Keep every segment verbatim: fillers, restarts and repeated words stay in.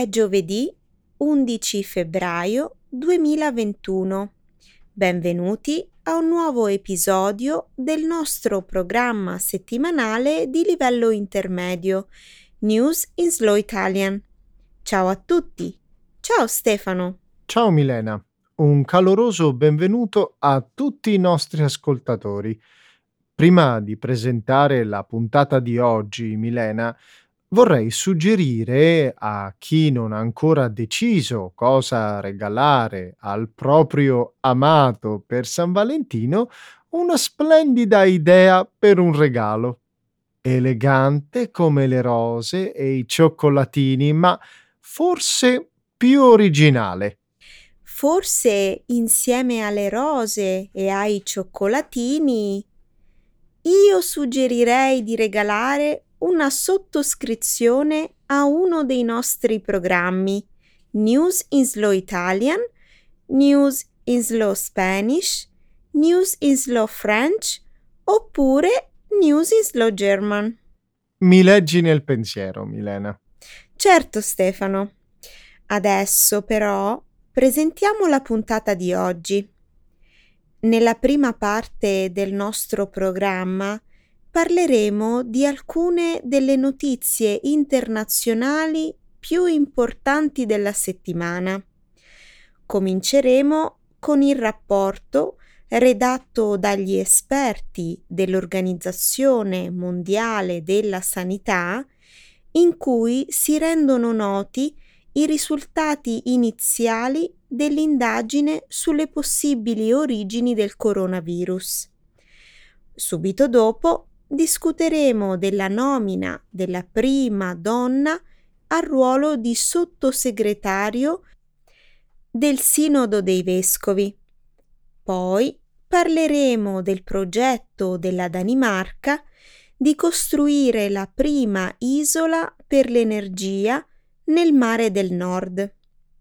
È giovedì undici febbraio duemilaventuno. Benvenuti a un nuovo episodio del nostro programma settimanale di livello intermedio, News in Slow Italian. Ciao a tutti. Ciao Stefano. Ciao Milena, un caloroso benvenuto a tutti i nostri ascoltatori. Prima di presentare la puntata di oggi, Milena, vorrei suggerire a chi non ha ancora deciso cosa regalare al proprio amato per San Valentino una splendida idea per un regalo. Elegante come le rose e i cioccolatini, ma forse più originale. Forse insieme alle rose e ai cioccolatini, io suggerirei di regalare una sottoscrizione a uno dei nostri programmi, News in Slow Italian, News in Slow Spanish, News in Slow French oppure News in Slow German. Mi leggi nel pensiero, Milena. Certo, Stefano. Adesso però presentiamo la puntata di oggi. Nella prima parte del nostro programma parleremo di alcune delle notizie internazionali più importanti della settimana. Cominceremo con il rapporto redatto dagli esperti dell'Organizzazione Mondiale della Sanità, in cui si rendono noti i risultati iniziali dell'indagine sulle possibili origini del coronavirus. Subito dopo discuteremo della nomina della prima donna al ruolo di sottosegretario del Sinodo dei Vescovi. Poi parleremo del progetto della Danimarca di costruire la prima isola per l'energia nel Mare del Nord.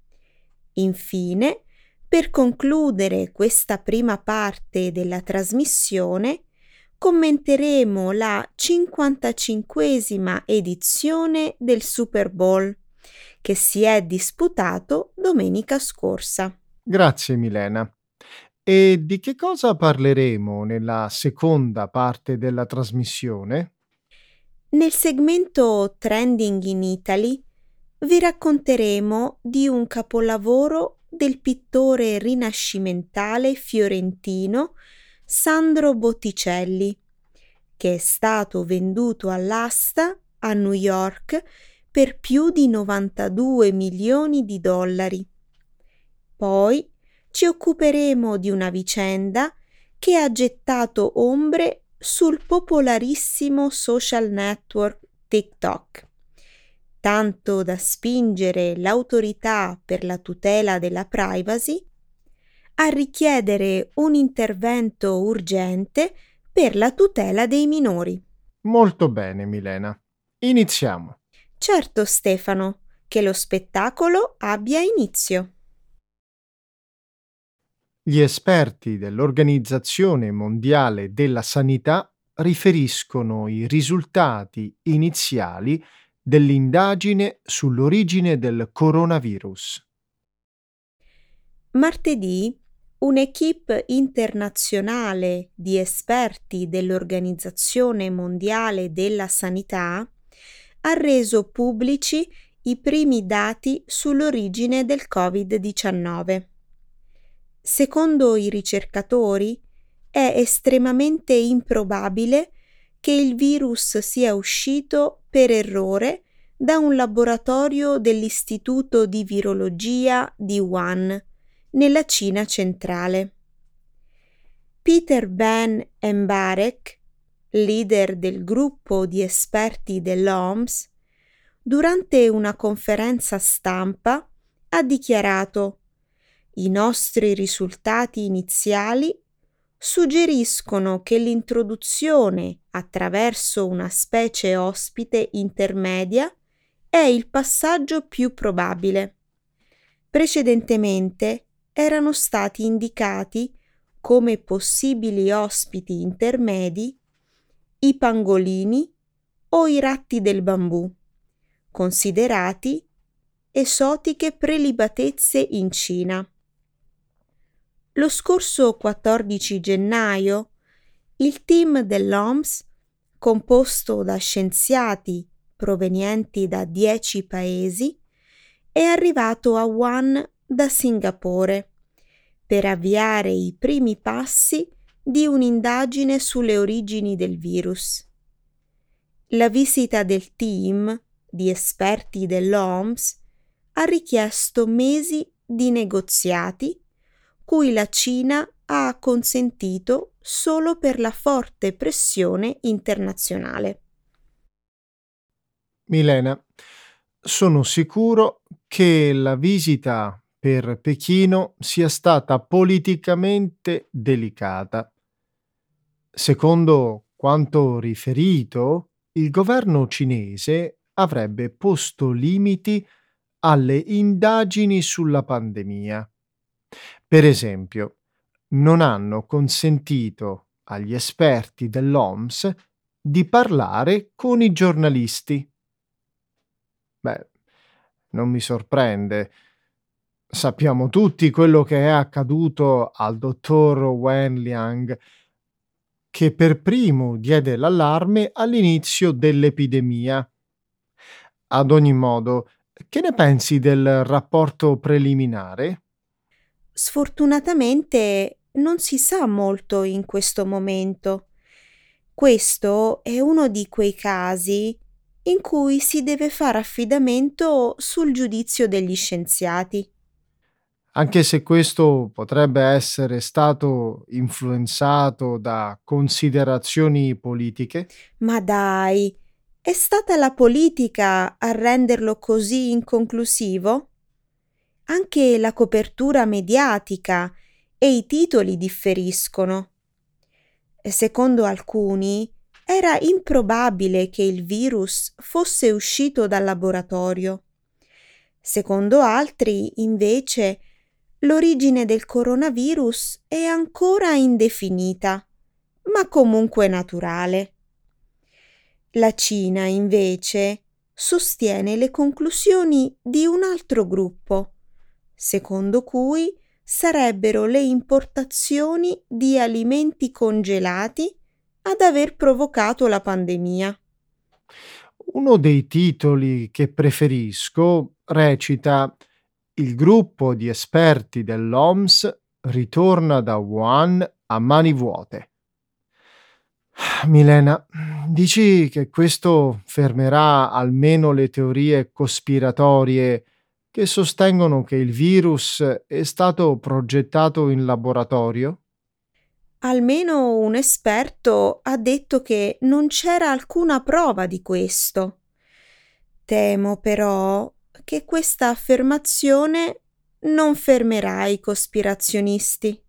Infine, per concludere questa prima parte della trasmissione, commenteremo la cinquantacinquesima edizione del Super Bowl, che si è disputato domenica scorsa. Grazie, Milena. E di che cosa parleremo nella seconda parte della trasmissione? Nel segmento Trending in Italy vi racconteremo di un capolavoro del pittore rinascimentale fiorentino Sandro Botticelli, che è stato venduto all'asta a New York per più di novantadue milioni di dollari. Poi ci occuperemo di una vicenda che ha gettato ombre sul popolarissimo social network TikTok, tanto da spingere l'autorità per la tutela della privacy a richiedere un intervento urgente per la tutela dei minori. Molto bene, Milena. Iniziamo. Certo, Stefano, che lo spettacolo abbia inizio. Gli esperti dell'Organizzazione Mondiale della Sanità riferiscono i risultati iniziali dell'indagine sull'origine del coronavirus. Martedì un'equipe internazionale di esperti dell'Organizzazione Mondiale della Sanità ha reso pubblici i primi dati sull'origine del covid diciannove. Secondo i ricercatori, è estremamente improbabile che il virus sia uscito per errore da un laboratorio dell'Istituto di Virologia di Wuhan, nella Cina centrale. Peter Ben Mbarek, leader del gruppo di esperti dell'O M S, durante una conferenza stampa ha dichiarato: «I nostri risultati iniziali suggeriscono che l'introduzione attraverso una specie ospite intermedia è il passaggio più probabile. Precedentemente erano stati indicati come possibili ospiti intermedi i pangolini o i ratti del bambù, considerati esotiche prelibatezze in Cina. Lo scorso quattordici gennaio, il team dell'O M S, composto da scienziati provenienti da dieci paesi, è arrivato a Wuhan da Singapore per avviare i primi passi di un'indagine sulle origini del virus. La visita del team di esperti dell'O M S ha richiesto mesi di negoziati cui la Cina ha acconsentito solo per la forte pressione internazionale. Milena, sono sicuro che la visita per Pechino sia stata politicamente delicata. Secondo quanto riferito, il governo cinese avrebbe posto limiti alle indagini sulla pandemia. Per esempio, non hanno consentito agli esperti dell'O M S di parlare con i giornalisti. Beh, non mi sorprende. Sappiamo tutti quello che è accaduto al dottor Wen Liang, che per primo diede l'allarme all'inizio dell'epidemia. Ad ogni modo, che ne pensi del rapporto preliminare? Sfortunatamente non si sa molto in questo momento. Questo è uno di quei casi in cui si deve fare affidamento sul giudizio degli scienziati. Anche se questo potrebbe essere stato influenzato da considerazioni politiche? Ma dai, è stata la politica a renderlo così inconclusivo? Anche la copertura mediatica e i titoli differiscono. E secondo alcuni, era improbabile che il virus fosse uscito dal laboratorio. Secondo altri, invece, l'origine del coronavirus è ancora indefinita, ma comunque naturale. La Cina, invece, sostiene le conclusioni di un altro gruppo, secondo cui sarebbero le importazioni di alimenti congelati ad aver provocato la pandemia. Uno dei titoli che preferisco recita: "Il gruppo di esperti dell'O M S ritorna da Wuhan a mani vuote". Milena, dici che questo fermerà almeno le teorie cospiratorie che sostengono che il virus è stato progettato in laboratorio? Almeno un esperto ha detto che non c'era alcuna prova di questo. Temo però che questa affermazione non fermerà i cospirazionisti.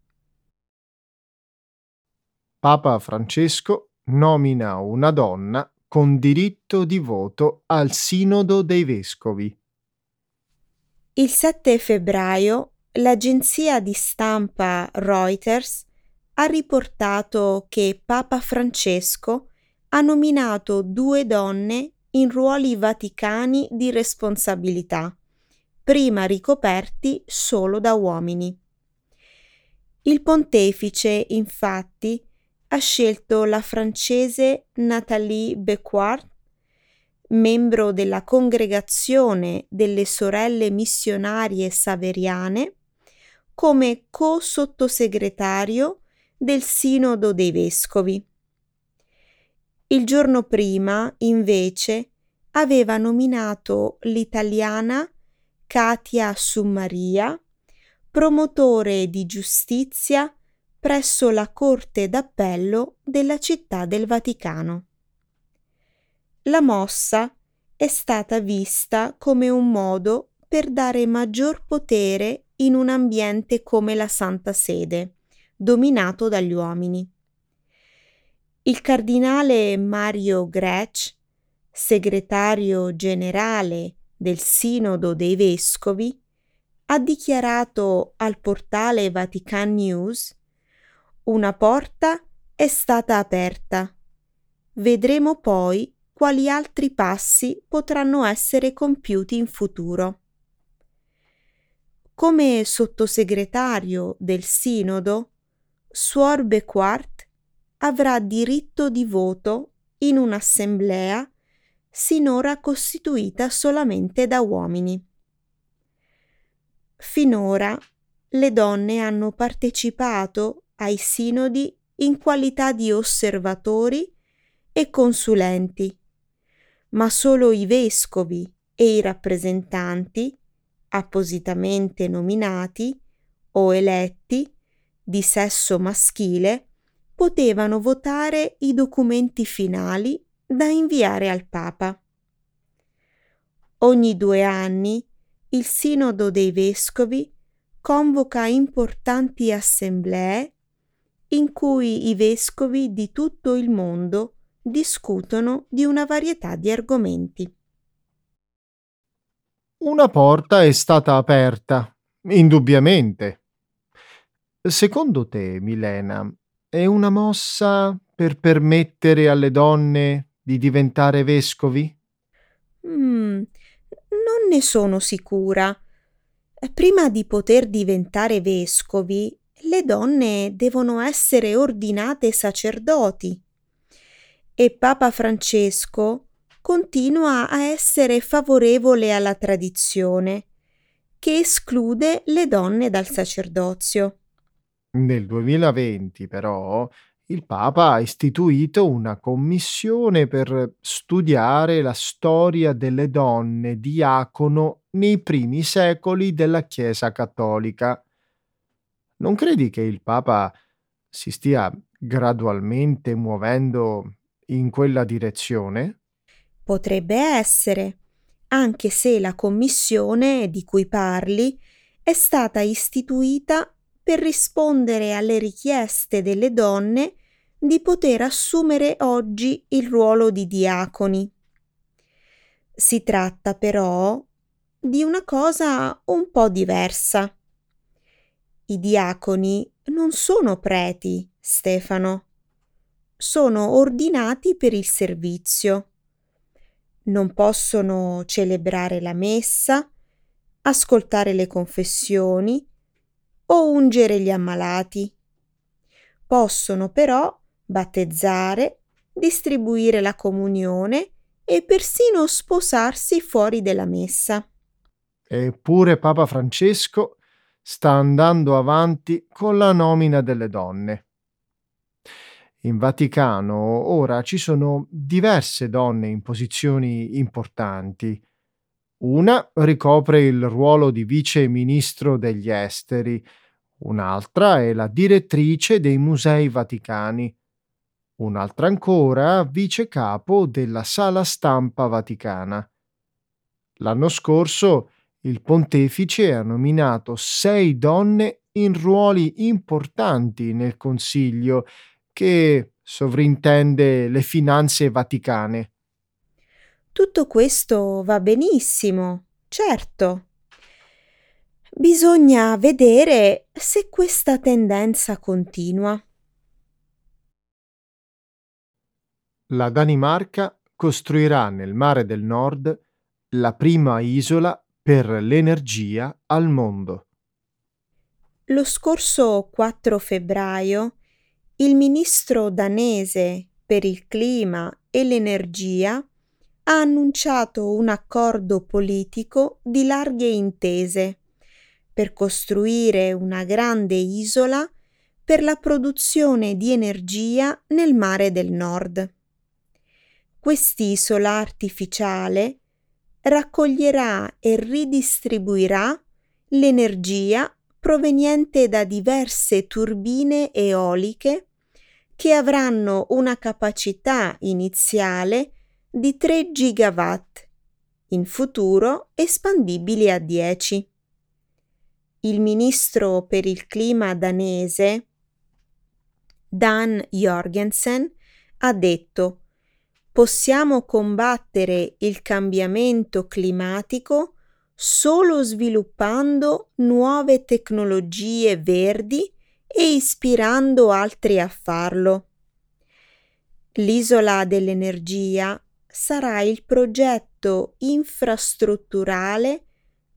Papa Francesco nomina una donna con diritto di voto al Sinodo dei Vescovi. Il sette febbraio l'agenzia di stampa Reuters ha riportato che Papa Francesco ha nominato due donne in ruoli vaticani di responsabilità, prima ricoperti solo da uomini. Il pontefice, infatti, ha scelto la francese Nathalie Becquart, membro della Congregazione delle Sorelle Missionarie Saveriane, come co-sottosegretario del Sinodo dei Vescovi. Il giorno prima, invece, aveva nominato l'italiana Katia Summaria, promotore di giustizia presso la Corte d'Appello della Città del Vaticano. La mossa è stata vista come un modo per dare maggior potere in un ambiente come la Santa Sede, dominato dagli uomini. Il cardinale Mario Grech, segretario generale del Sinodo dei Vescovi, ha dichiarato al portale Vatican News: "Una porta è stata aperta. Vedremo poi quali altri passi potranno essere compiuti in futuro". Come sottosegretario del Sinodo, Suor Bequart avrà diritto di voto in un'assemblea sinora costituita solamente da uomini. Finora le donne hanno partecipato ai sinodi in qualità di osservatori e consulenti, ma solo i vescovi e i rappresentanti, appositamente nominati o eletti di sesso maschile, potevano votare i documenti finali da inviare al Papa. Ogni due anni il Sinodo dei Vescovi convoca importanti assemblee in cui i vescovi di tutto il mondo discutono di una varietà di argomenti. Una porta è stata aperta, indubbiamente. Secondo te, Milena, è una mossa per permettere alle donne di diventare vescovi? Mm, non ne sono sicura. Prima di poter diventare vescovi, le donne devono essere ordinate sacerdoti e Papa Francesco continua a essere favorevole alla tradizione, che esclude le donne dal sacerdozio. Nel duemilaventi, però, il Papa ha istituito una commissione per studiare la storia delle donne diacono nei primi secoli della Chiesa cattolica. Non credi che il Papa si stia gradualmente muovendo in quella direzione? Potrebbe essere, anche se la commissione di cui parli è stata istituita per rispondere alle richieste delle donne di poter assumere oggi il ruolo di diaconi. Si tratta però di una cosa un po' diversa. I diaconi non sono preti, Stefano. Sono ordinati per il servizio. Non possono celebrare la messa, ascoltare le confessioni o ungere gli ammalati. Possono però battezzare, distribuire la comunione e persino sposarsi fuori della messa. Eppure Papa Francesco sta andando avanti con la nomina delle donne. In Vaticano ora ci sono diverse donne in posizioni importanti. Una ricopre il ruolo di vice ministro degli esteri, un'altra è la direttrice dei Musei Vaticani, un'altra ancora vice capo della Sala Stampa Vaticana. L'anno scorso il pontefice ha nominato sei donne in ruoli importanti nel Consiglio che sovrintende le finanze vaticane. Tutto questo va benissimo, certo. Bisogna vedere se questa tendenza continua. La Danimarca costruirà nel Mare del Nord la prima isola per l'energia al mondo. Lo scorso quattro febbraio il ministro danese per il clima e l'energia ha annunciato un accordo politico di larghe intese per costruire una grande isola per la produzione di energia nel Mare del Nord. Quest'isola artificiale raccoglierà e ridistribuirà l'energia proveniente da diverse turbine eoliche che avranno una capacità iniziale di tre gigawatt, in futuro espandibili a dieci. Il ministro per il clima danese, Dan Jorgensen, ha detto: possiamo combattere il cambiamento climatico solo sviluppando nuove tecnologie verdi e ispirando altri a farlo. L'isola dell'energia sarà il progetto infrastrutturale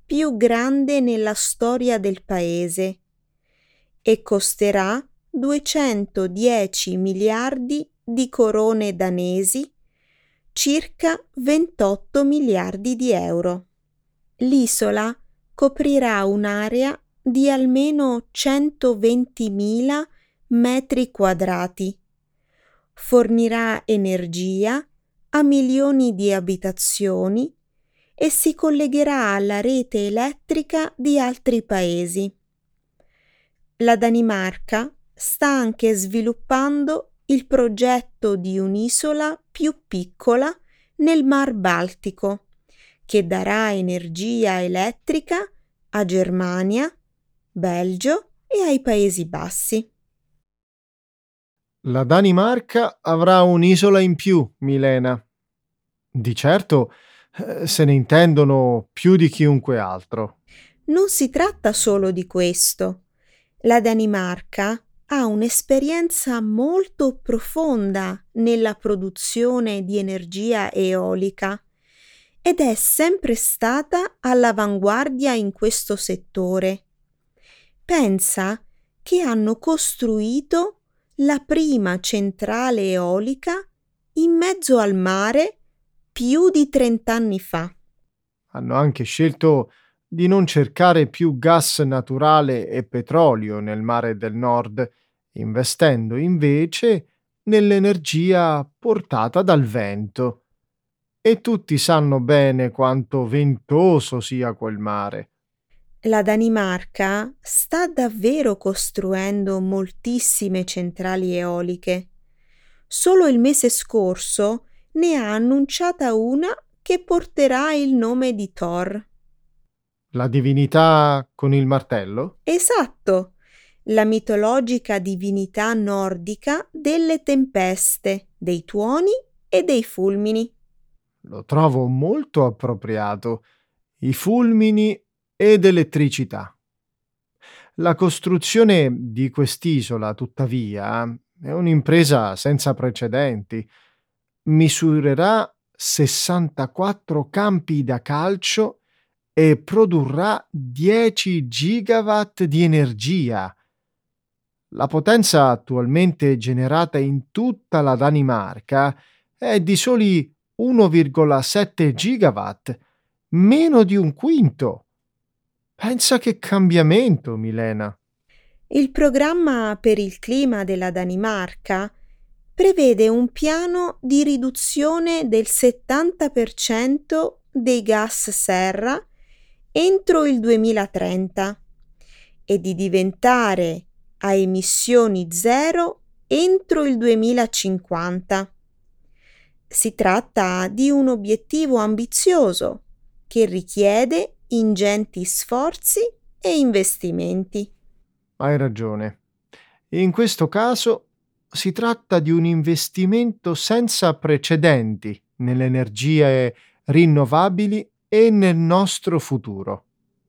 più grande nella storia del paese e costerà duecentodieci miliardi di corone danesi, circa ventotto miliardi di euro. L'isola coprirà un'area di almeno centoventimila metri quadrati, fornirà energia a milioni di abitazioni e si collegherà alla rete elettrica di altri paesi. La Danimarca sta anche sviluppando il progetto di un'isola più piccola nel Mar Baltico, che darà energia elettrica a Germania, Belgio e ai Paesi Bassi. La Danimarca avrà un'isola in più, Milena. Di certo, eh, se ne intendono più di chiunque altro. Non si tratta solo di questo. La Danimarca ha un'esperienza molto profonda nella produzione di energia eolica ed è sempre stata all'avanguardia in questo settore. Pensa che hanno costruito la prima centrale eolica in mezzo al mare più di trent'anni fa. Hanno anche scelto di non cercare più gas naturale e petrolio nel mare del Nord, investendo invece nell'energia portata dal vento. E tutti sanno bene quanto ventoso sia quel mare. La Danimarca sta davvero costruendo moltissime centrali eoliche. Solo il mese scorso ne ha annunciata una che porterà il nome di Thor. La divinità con il martello? Esatto, la mitologica divinità nordica delle tempeste, dei tuoni e dei fulmini. Lo trovo molto appropriato. I fulmini ed elettricità. La costruzione di quest'isola, tuttavia, è un'impresa senza precedenti. Misurerà sessantaquattro campi da calcio e produrrà dieci gigawatt di energia. La potenza attualmente generata in tutta la Danimarca è di soli uno virgola sette gigawatt, meno di un quinto. Pensa che cambiamento, Milena. Il programma per il clima della Danimarca prevede un piano di riduzione del settanta per cento dei gas serra entro il duemilatrenta e di diventare a emissioni zero entro il duemilacinquanta. Si tratta di un obiettivo ambizioso che richiede ingenti sforzi e investimenti. Hai ragione. In questo caso si tratta di un investimento senza precedenti nelle energie rinnovabili e nel nostro futuro.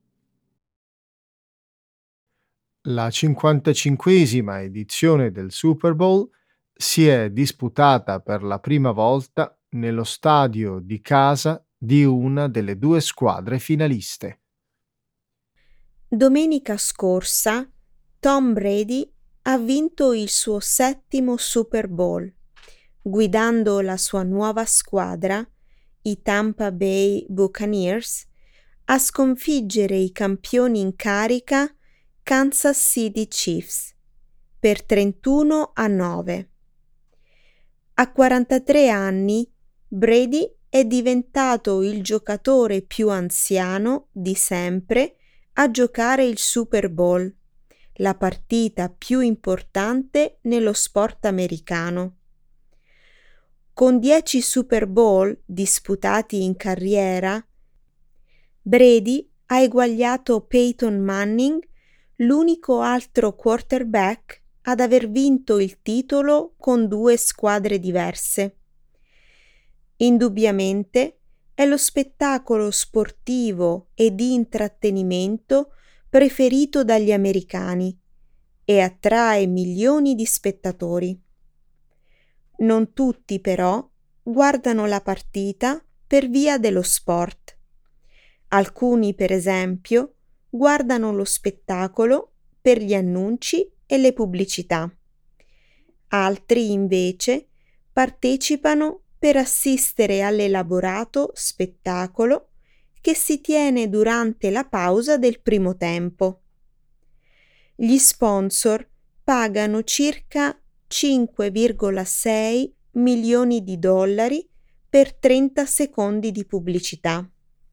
La cinquantacinquesima edizione del Super Bowl si è disputata per la prima volta nello stadio di casa di una delle due squadre finaliste. Domenica scorsa Tom Brady ha vinto il suo settimo Super Bowl, guidando la sua nuova squadra, i Tampa Bay Buccaneers, a sconfiggere i campioni in carica Kansas City Chiefs per trentuno a nove. A quarantatré anni, Brady è diventato il giocatore più anziano di sempre a giocare il Super Bowl, la partita più importante nello sport americano. Con dieci Super Bowl disputati in carriera, Brady ha eguagliato Peyton Manning, l'unico altro quarterback ad aver vinto il titolo con due squadre diverse. Indubbiamente è lo spettacolo sportivo e di intrattenimento preferito dagli americani e attrae milioni di spettatori. Non tutti però guardano la partita per via dello sport. Alcuni, per esempio, guardano lo spettacolo per gli annunci e le pubblicità. Altri, invece, partecipano per assistere all'elaborato spettacolo che si tiene durante la pausa del primo tempo. Gli sponsor pagano circa cinque virgola sei milioni di dollari per trenta secondi di pubblicità.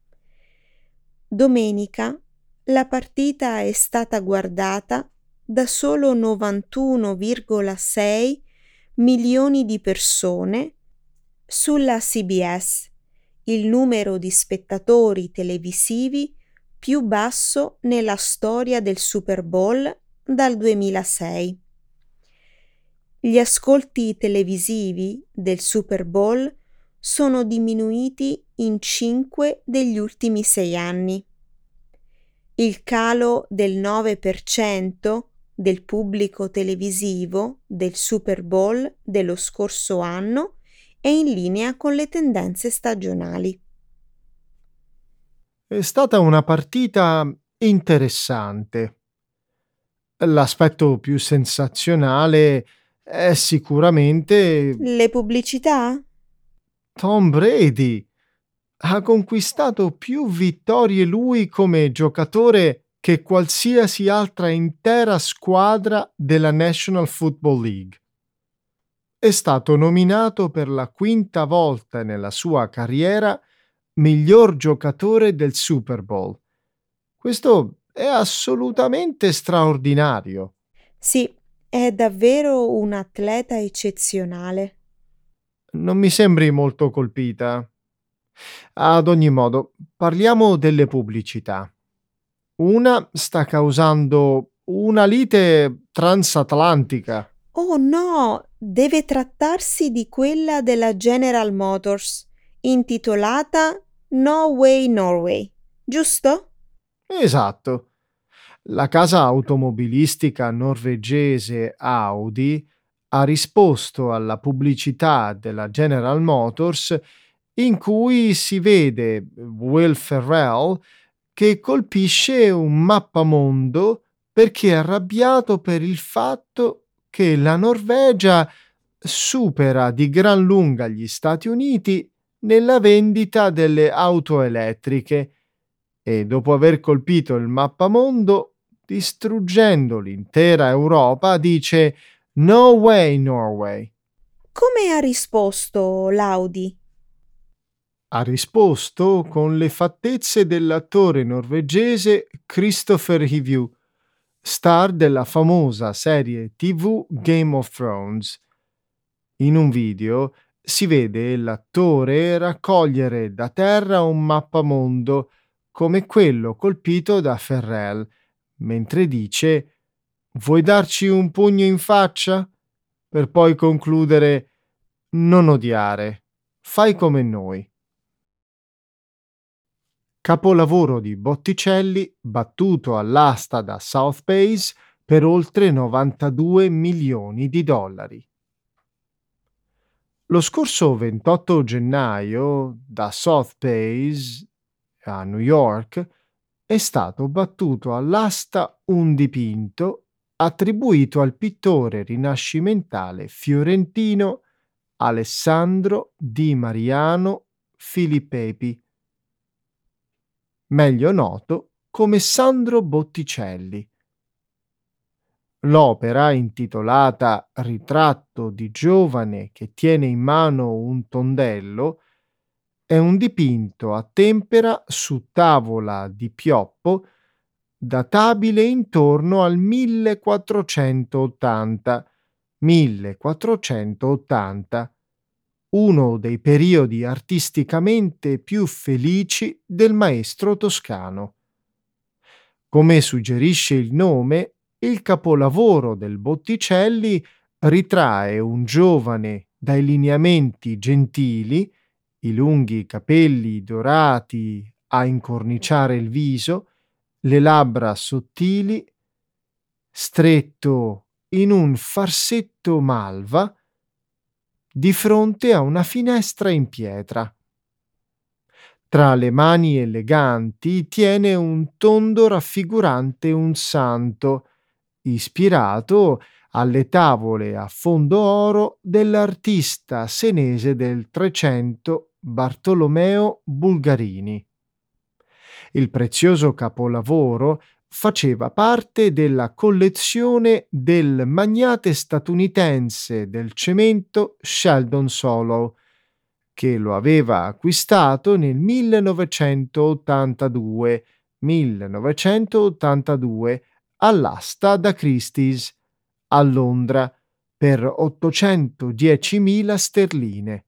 Domenica la partita è stata guardata da solo novantuno virgola sei milioni di persone sulla C B S, il numero di spettatori televisivi più basso nella storia del Super Bowl dal duemilasei. Gli ascolti televisivi del Super Bowl sono diminuiti in cinque degli ultimi sei anni. Il calo del nove per cento del pubblico televisivo del Super Bowl dello scorso anno è in linea con le tendenze stagionali. È stata una partita interessante. L'aspetto più sensazionale è sicuramente Le pubblicità? Tom Brady. Ha conquistato più vittorie lui come giocatore che qualsiasi altra intera squadra della National Football League. È stato nominato per la quinta volta nella sua carriera miglior giocatore del Super Bowl. Questo è assolutamente straordinario. Sì, è davvero un atleta eccezionale. Non mi sembri molto colpita. Ad ogni modo, parliamo delle pubblicità. Una sta causando una lite transatlantica. Oh no, deve trattarsi di quella della General Motors, intitolata No Way Norway, giusto? Esatto. La casa automobilistica norvegese Audi ha risposto alla pubblicità della General Motors in cui si vede Will Ferrell che colpisce un mappamondo perché è arrabbiato per il fatto che la Norvegia supera di gran lunga gli Stati Uniti nella vendita delle auto elettriche e dopo aver colpito il mappamondo, distruggendo l'intera Europa, dice No way Norway. Come ha risposto l'Audi? Ha risposto con le fattezze dell'attore norvegese Christopher Hivju, star della famosa serie T V Game of Thrones. In un video si vede l'attore raccogliere da terra un mappamondo come quello colpito da Ferrell, mentre dice «Vuoi darci un pugno in faccia?» per poi concludere «Non odiare, fai come noi». Capolavoro di Botticelli battuto all'asta da Southpays per oltre novantadue milioni di dollari. Lo scorso ventotto gennaio da Southpays a New York è stato battuto all'asta un dipinto attribuito al pittore rinascimentale fiorentino Alessandro di Mariano Filippepi, meglio noto come Sandro Botticelli. L'opera, intitolata Ritratto di giovane che tiene in mano un tondello, è un dipinto a tempera su tavola di pioppo databile intorno al millequattrocentottanta. millequattrocentottanta, uno dei periodi artisticamente più felici del maestro toscano. Come suggerisce il nome, il capolavoro del Botticelli ritrae un giovane dai lineamenti gentili, i lunghi capelli dorati a incorniciare il viso, le labbra sottili, stretto in un farsetto malva, di fronte a una finestra in pietra. Tra le mani eleganti tiene un tondo raffigurante un santo, ispirato alle tavole a fondo oro dell'artista senese del Trecento Bartolomeo Bulgarini. Il prezioso capolavoro faceva parte della collezione del magnate statunitense del cemento Sheldon Solow, che lo aveva acquistato nel millenovecentottantadue millenovecentottantadue all'asta da Christie's a Londra per ottocentodiecimila sterline.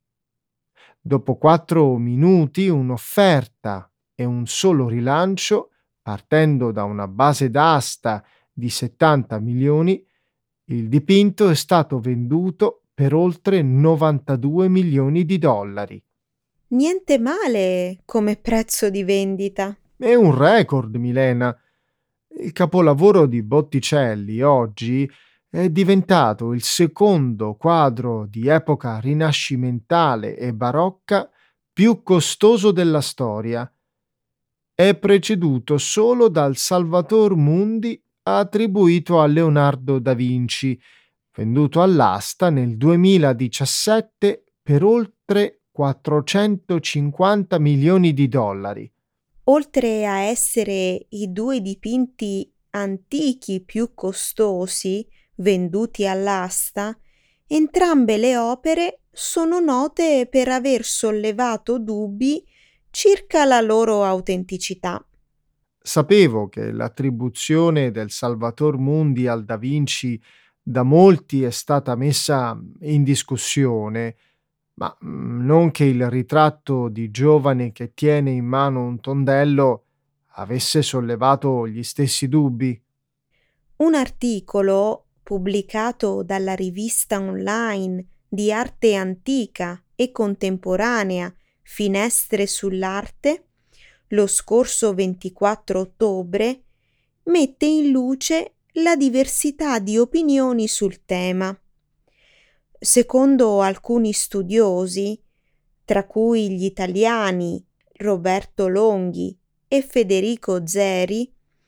Dopo quattro minuti un'offerta e un solo rilancio, partendo da una base d'asta di settanta milioni, il dipinto è stato venduto per oltre novantadue milioni di dollari. Niente male come prezzo di vendita. È un record, Milena. Il capolavoro di Botticelli oggi è diventato il secondo quadro di epoca rinascimentale e barocca più costoso della storia. È preceduto solo dal Salvator Mundi attribuito a Leonardo da Vinci, venduto all'asta nel duemiladiciassette per oltre quattrocentocinquanta milioni di dollari. Oltre a essere i due dipinti antichi più costosi venduti all'asta, entrambe le opere sono note per aver sollevato dubbi circa la loro autenticità. Sapevo che l'attribuzione del Salvator Mundi al Da Vinci da molti è stata messa in discussione, ma mm, non che il ritratto di giovane che tiene in mano un tondello avesse sollevato gli stessi dubbi. Un articolo pubblicato dalla rivista online di arte antica e contemporanea Finestre sull'arte lo scorso ventiquattro ottobre mette in luce la diversità di opinioni sul tema. Secondo alcuni studiosi, tra cui gli italiani Roberto Longhi e Federico Zeri,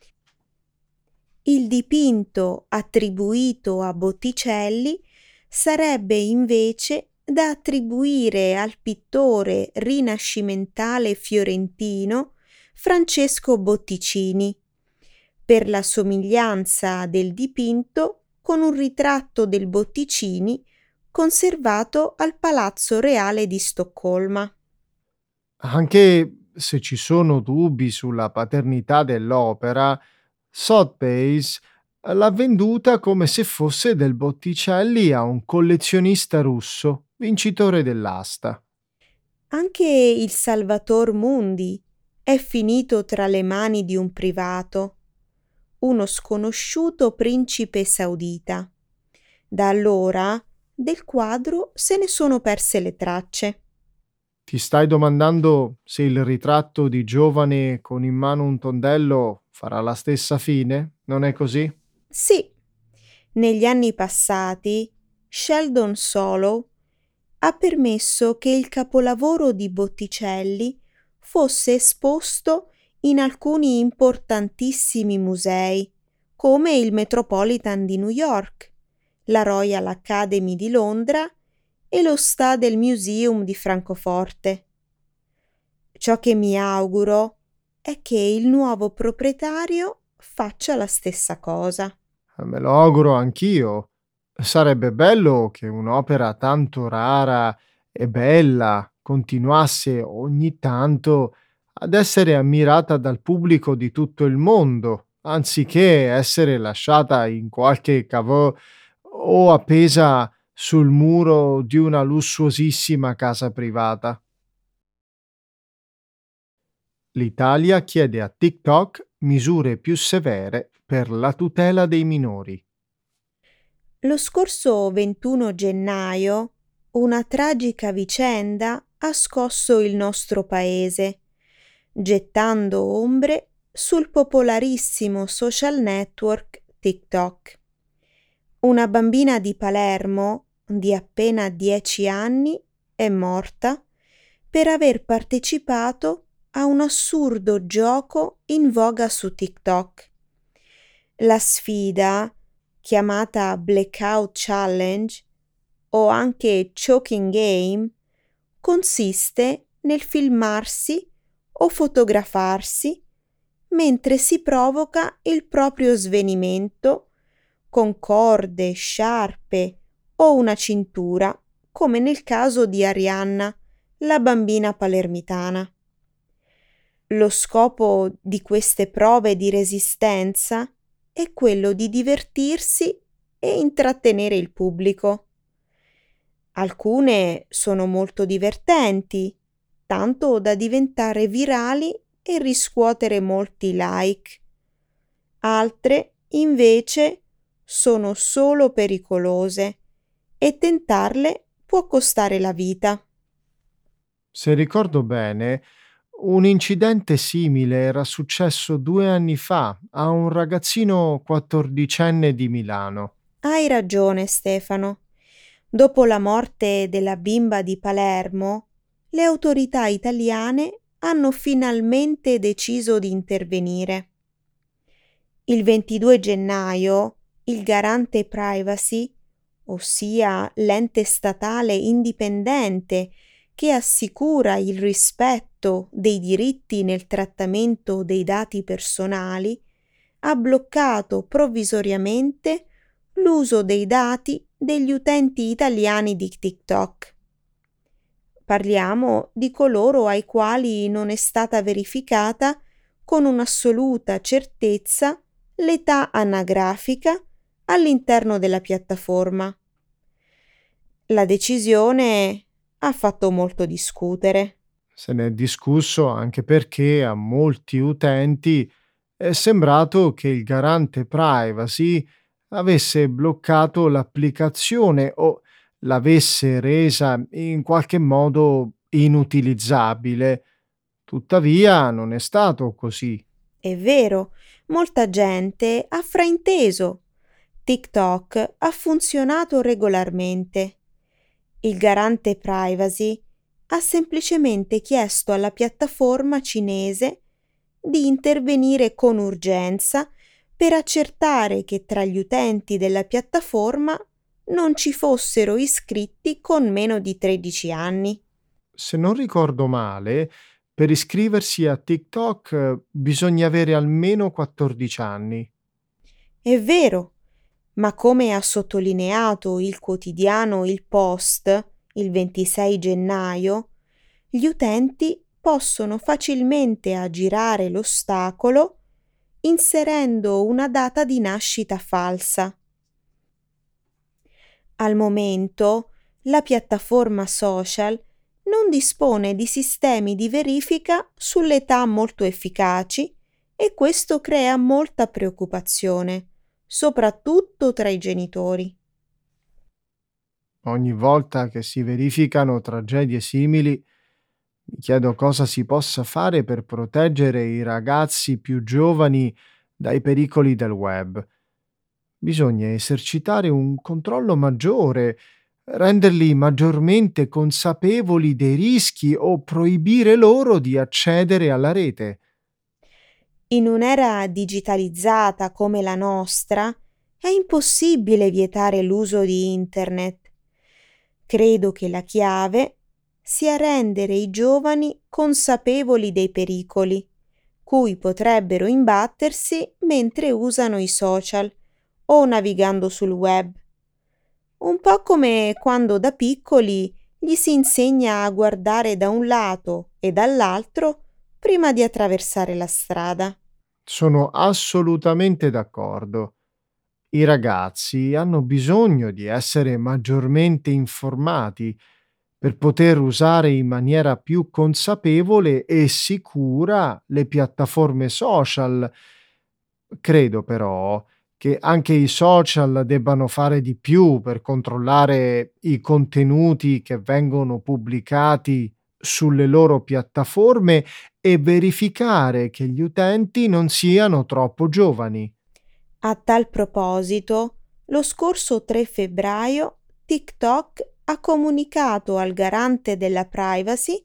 il dipinto attribuito a Botticelli sarebbe invece da attribuire al pittore rinascimentale fiorentino Francesco Botticini, per la somiglianza del dipinto con un ritratto del Botticini conservato al Palazzo Reale di Stoccolma. Anche se ci sono dubbi sulla paternità dell'opera, Sotheby's l'ha venduta come se fosse del Botticelli a un collezionista russo, vincitore dell'asta. Anche il Salvator Mundi è finito tra le mani di un privato, uno sconosciuto principe saudita. Da allora del quadro se ne sono perse le tracce. Ti stai domandando se il ritratto di giovane con in mano un tondello farà la stessa fine? Non è così? Sì, negli anni passati Sheldon Solow ha permesso che il capolavoro di Botticelli fosse esposto in alcuni importantissimi musei, come il Metropolitan di New York, la Royal Academy di Londra e lo Staedel Museum di Francoforte. Ciò che mi auguro è che il nuovo proprietario faccia la stessa cosa. Me lo auguro anch'io. Sarebbe bello che un'opera tanto rara e bella continuasse ogni tanto ad essere ammirata dal pubblico di tutto il mondo, anziché essere lasciata in qualche cavò o appesa sul muro di una lussuosissima casa privata. L'Italia chiede a TikTok misure più severe per la tutela dei minori. Lo scorso ventuno gennaio una tragica vicenda ha scosso il nostro paese, gettando ombre sul popolarissimo social network TikTok. Una bambina di Palermo, di appena dieci anni, è morta per aver partecipato a un assurdo gioco in voga su TikTok. La sfida, chiamata Blackout Challenge o anche Choking Game, consiste nel filmarsi o fotografarsi mentre si provoca il proprio svenimento con corde, sciarpe o una cintura, come nel caso di Arianna, la bambina palermitana. Lo scopo di queste prove di resistenza è quello di divertirsi e intrattenere il pubblico. Alcune sono molto divertenti, tanto da diventare virali e riscuotere molti like. Altre, invece, sono solo pericolose e tentarle può costare la vita. Se ricordo bene, un incidente simile era successo due anni fa a un ragazzino quattordicenne di Milano. Hai ragione, Stefano. Dopo la morte della bimba di Palermo, le autorità italiane hanno finalmente deciso di intervenire. Il ventidue gennaio, il garante privacy, ossia l'ente statale indipendente che assicura il rispetto dei diritti nel trattamento dei dati personali, ha bloccato provvisoriamente l'uso dei dati degli utenti italiani di TikTok. Parliamo di coloro ai quali non è stata verificata con un'assoluta certezza l'età anagrafica all'interno della piattaforma. La decisione ha fatto molto discutere. Se ne è discusso anche perché a molti utenti è sembrato che il garante privacy avesse bloccato l'applicazione o l'avesse resa in qualche modo inutilizzabile. Tuttavia non è stato così. È vero, molta gente ha frainteso. TikTok ha funzionato regolarmente. Il garante privacy ha semplicemente chiesto alla piattaforma cinese di intervenire con urgenza per accertare che tra gli utenti della piattaforma non ci fossero iscritti con meno di tredici anni. Se non ricordo male, per iscriversi a TikTok eh, bisogna avere almeno quattordici anni. È vero, ma come ha sottolineato il quotidiano Il Post il ventisei gennaio, gli utenti possono facilmente aggirare l'ostacolo inserendo una data di nascita falsa. Al momento, la piattaforma social non dispone di sistemi di verifica sull'età molto efficaci e questo crea molta preoccupazione, soprattutto tra i genitori. Ogni volta che si verificano tragedie simili, mi chiedo cosa si possa fare per proteggere i ragazzi più giovani dai pericoli del web. Bisogna esercitare un controllo maggiore, renderli maggiormente consapevoli dei rischi o proibire loro di accedere alla rete. In un'era digitalizzata come la nostra, è impossibile vietare l'uso di Internet. Credo che la chiave sia rendere i giovani consapevoli dei pericoli, cui potrebbero imbattersi mentre usano i social o navigando sul web. Un po' come quando da piccoli gli si insegna a guardare da un lato e dall'altro prima di attraversare la strada. Sono assolutamente d'accordo. I ragazzi hanno bisogno di essere maggiormente informati per poter usare in maniera più consapevole e sicura le piattaforme social. Credo però che anche i social debbano fare di più per controllare i contenuti che vengono pubblicati sulle loro piattaforme e verificare che gli utenti non siano troppo giovani. A tal proposito, lo scorso tre febbraio TikTok ha comunicato al garante della privacy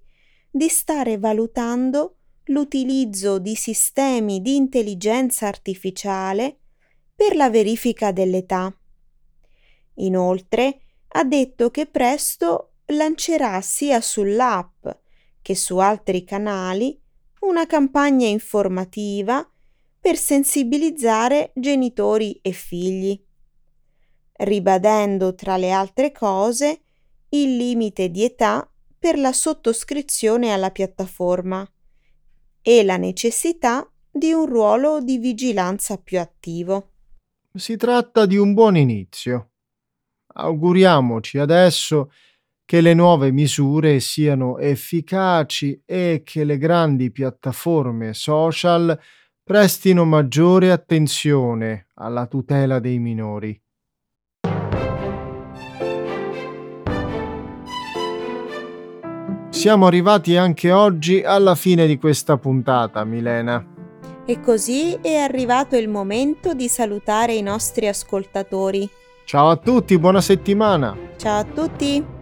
di stare valutando l'utilizzo di sistemi di intelligenza artificiale per la verifica dell'età. Inoltre, ha detto che presto lancerà sia sull'app che su altri canali una campagna informativa per sensibilizzare genitori e figli, ribadendo tra le altre cose il limite di età per la sottoscrizione alla piattaforma e la necessità di un ruolo di vigilanza più attivo. Si tratta di un buon inizio. Auguriamoci adesso che le nuove misure siano efficaci e che le grandi piattaforme social prestino maggiore attenzione alla tutela dei minori. Siamo arrivati anche oggi alla fine di questa puntata, Milena. E così è arrivato il momento di salutare i nostri ascoltatori. Ciao a tutti, buona settimana! Ciao a tutti!